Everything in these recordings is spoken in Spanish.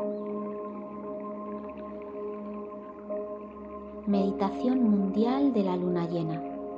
Meditación mundial de la luna llena.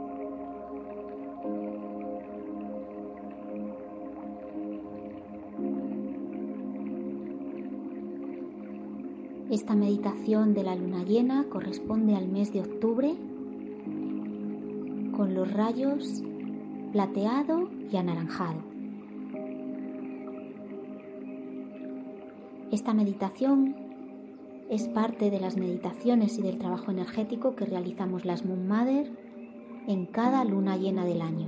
Esta meditación de la luna llena corresponde al mes de octubre con los rayos plateado y anaranjado. Esta meditación es parte de las meditaciones y del trabajo energético que realizamos las Moon Mother en cada luna llena del año.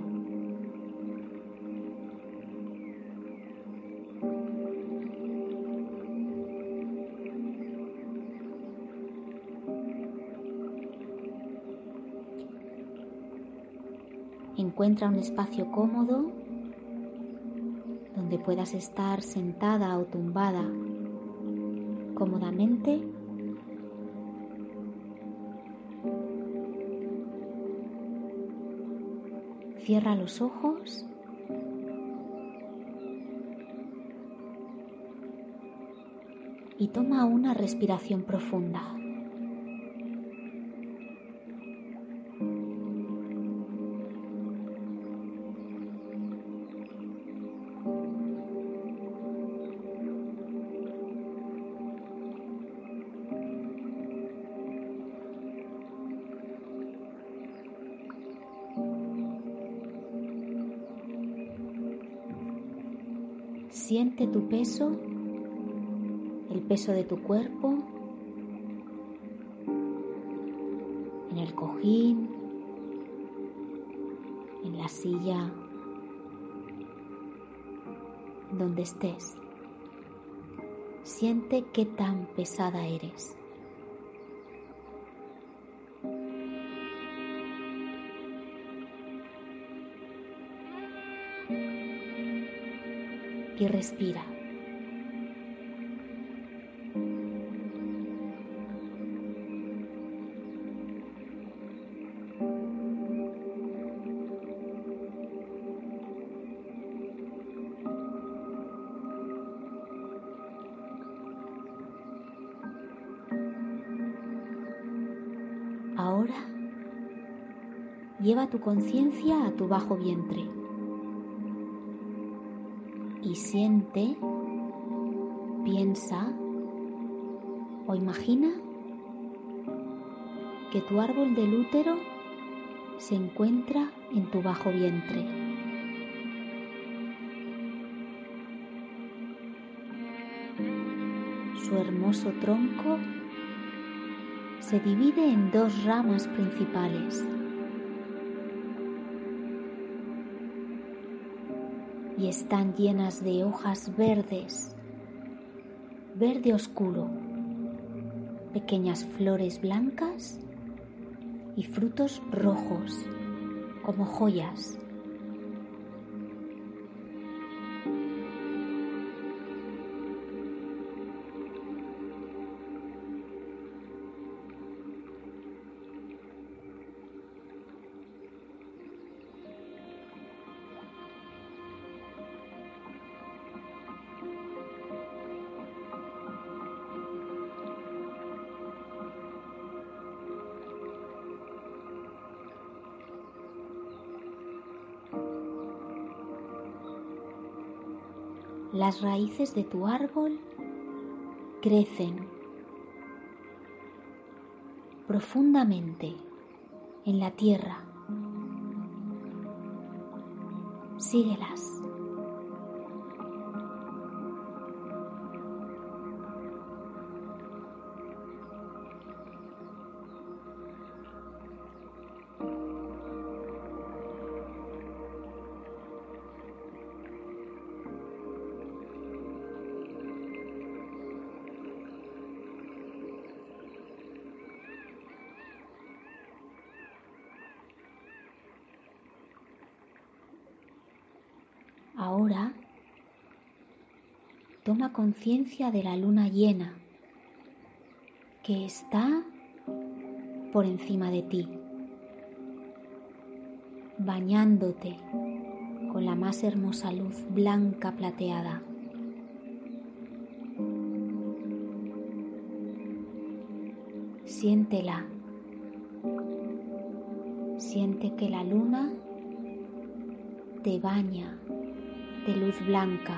Encuentra un espacio cómodo donde puedas estar sentada o tumbada cómodamente. Cierra los ojos y toma una respiración profunda. Siente tu peso, el peso de tu cuerpo, en el cojín, en la silla, donde estés. Siente qué tan pesada eres. Y respira. Ahora lleva tu conciencia a tu bajo vientre. Y siente, piensa o imagina que tu árbol del útero se encuentra en tu bajo vientre. Su hermoso tronco se divide en dos ramas principales. Y están llenas de hojas verdes, verde oscuro, pequeñas flores blancas y frutos rojos, como joyas. Las raíces de tu árbol crecen profundamente en la tierra. Síguelas. Ahora toma conciencia de la luna llena que está por encima de ti, bañándote con la más hermosa luz blanca plateada. Siéntela. Siente que la luna te baña de luz blanca.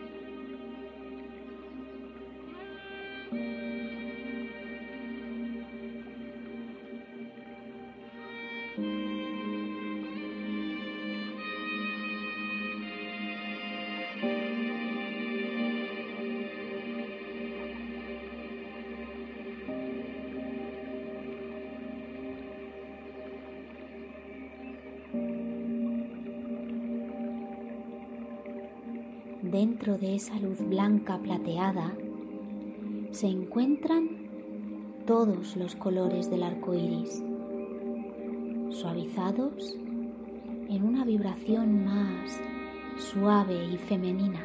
Dentro de esa luz blanca plateada se encuentran todos los colores del arco iris, suavizados en una vibración más suave y femenina.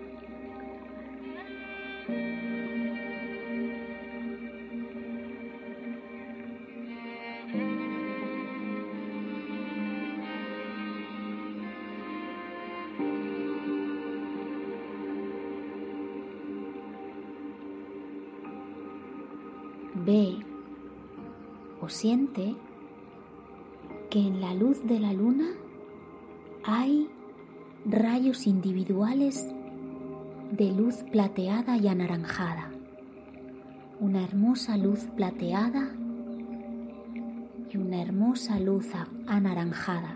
Ve o siente que en la luz de la luna hay rayos individuales de luz plateada y anaranjada. Una hermosa luz plateada y una hermosa luz anaranjada.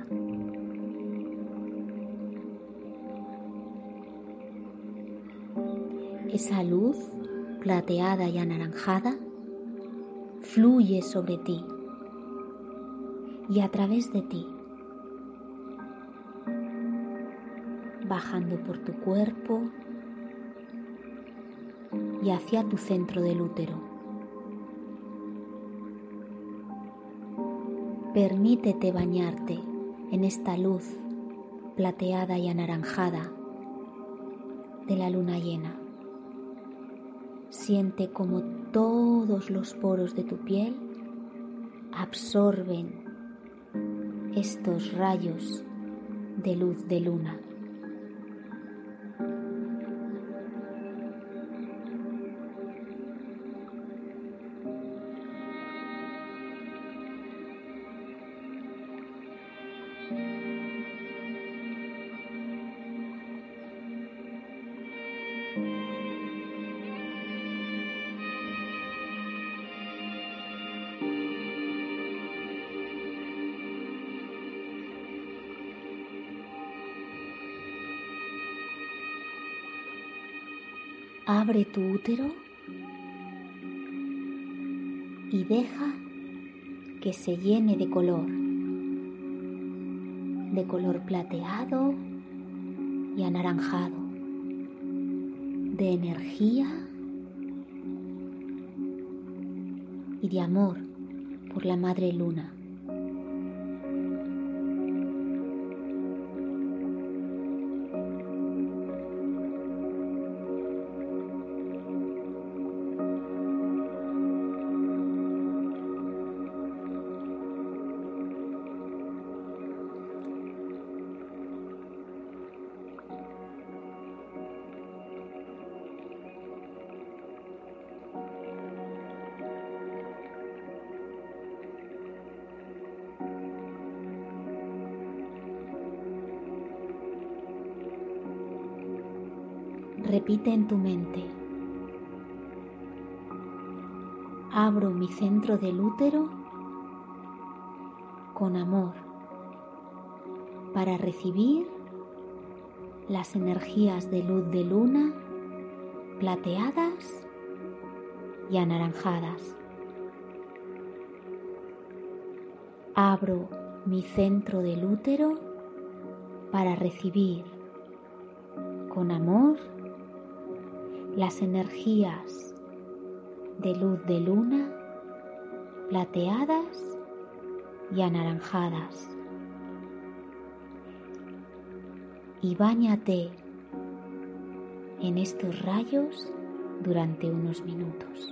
Esa luz plateada y anaranjada fluye sobre ti y a través de ti, bajando por tu cuerpo y hacia tu centro del útero. Permítete bañarte en esta luz plateada y anaranjada de la luna llena. Siente como todos los poros de tu piel absorben estos rayos de luz de luna. Abre tu útero y deja que se llene de color plateado y anaranjado, de energía y de amor por la Madre Luna. Repite en tu mente: abro mi centro del útero con amor para recibir las energías de luz de luna plateadas y anaranjadas. Abro mi centro del útero para recibir con amor las energías de luz de luna plateadas y anaranjadas. Y báñate en estos rayos durante unos minutos.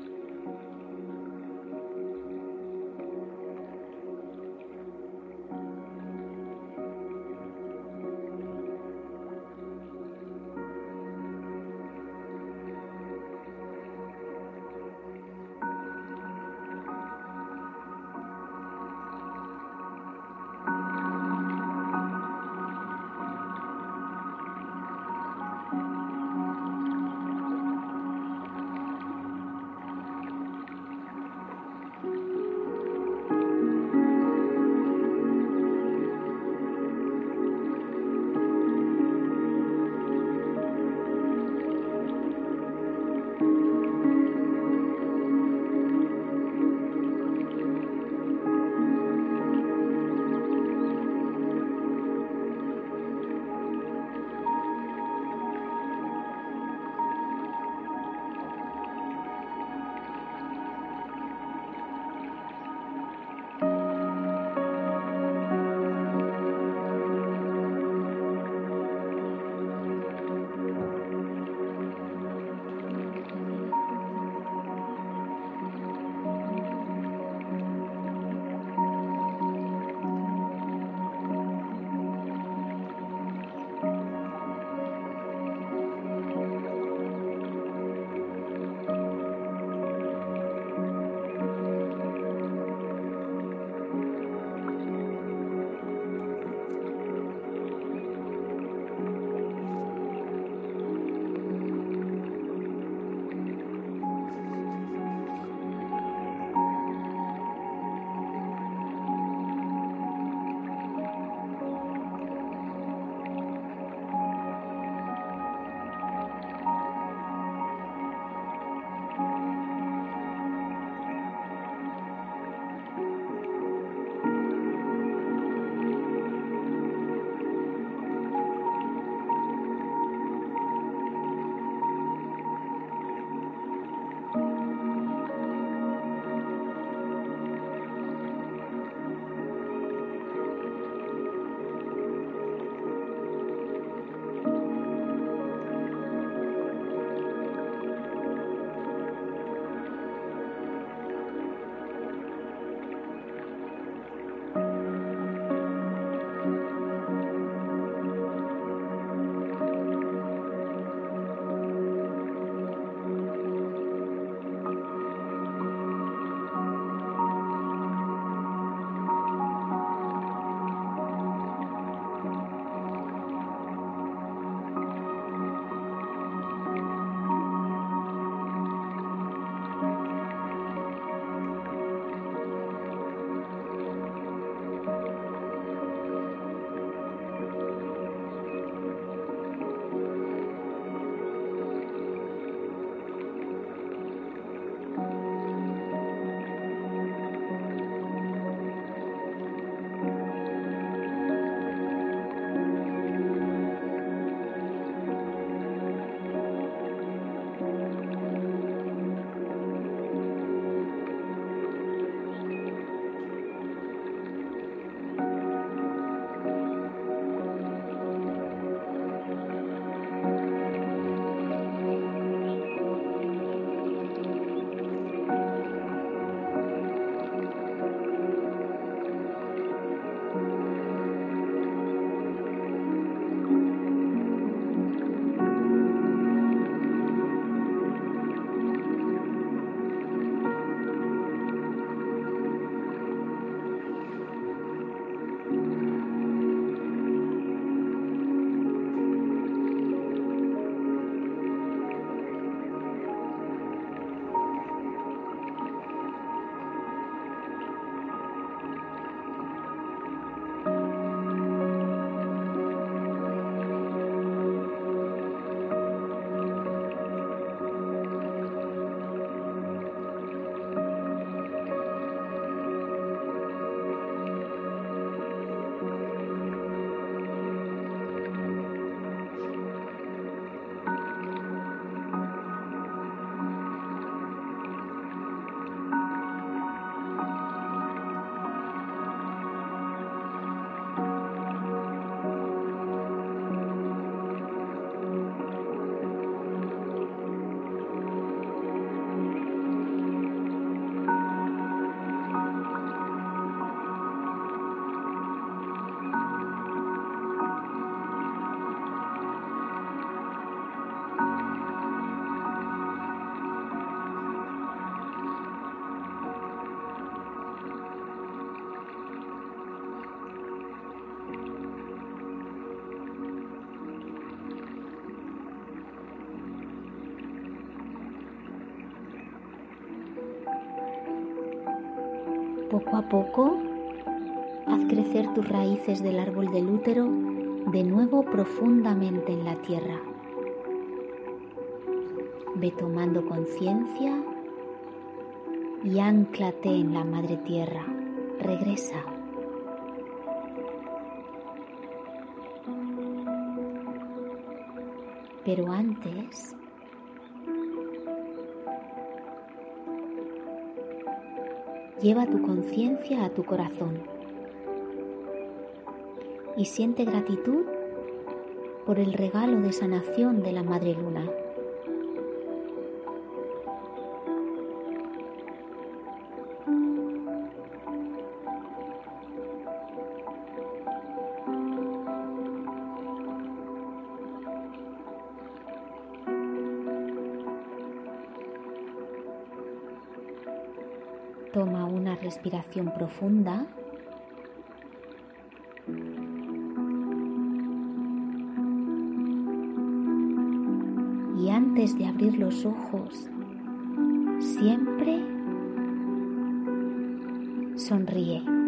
Poco a poco, haz crecer tus raíces del árbol del útero de nuevo profundamente en la tierra. Ve tomando conciencia y ánclate en la madre tierra. Regresa. Pero antes, lleva tu conciencia a tu corazón y siente gratitud por el regalo de sanación de la Madre Luna. Toma una respiración profunda y antes de abrir los ojos, siempre sonríe.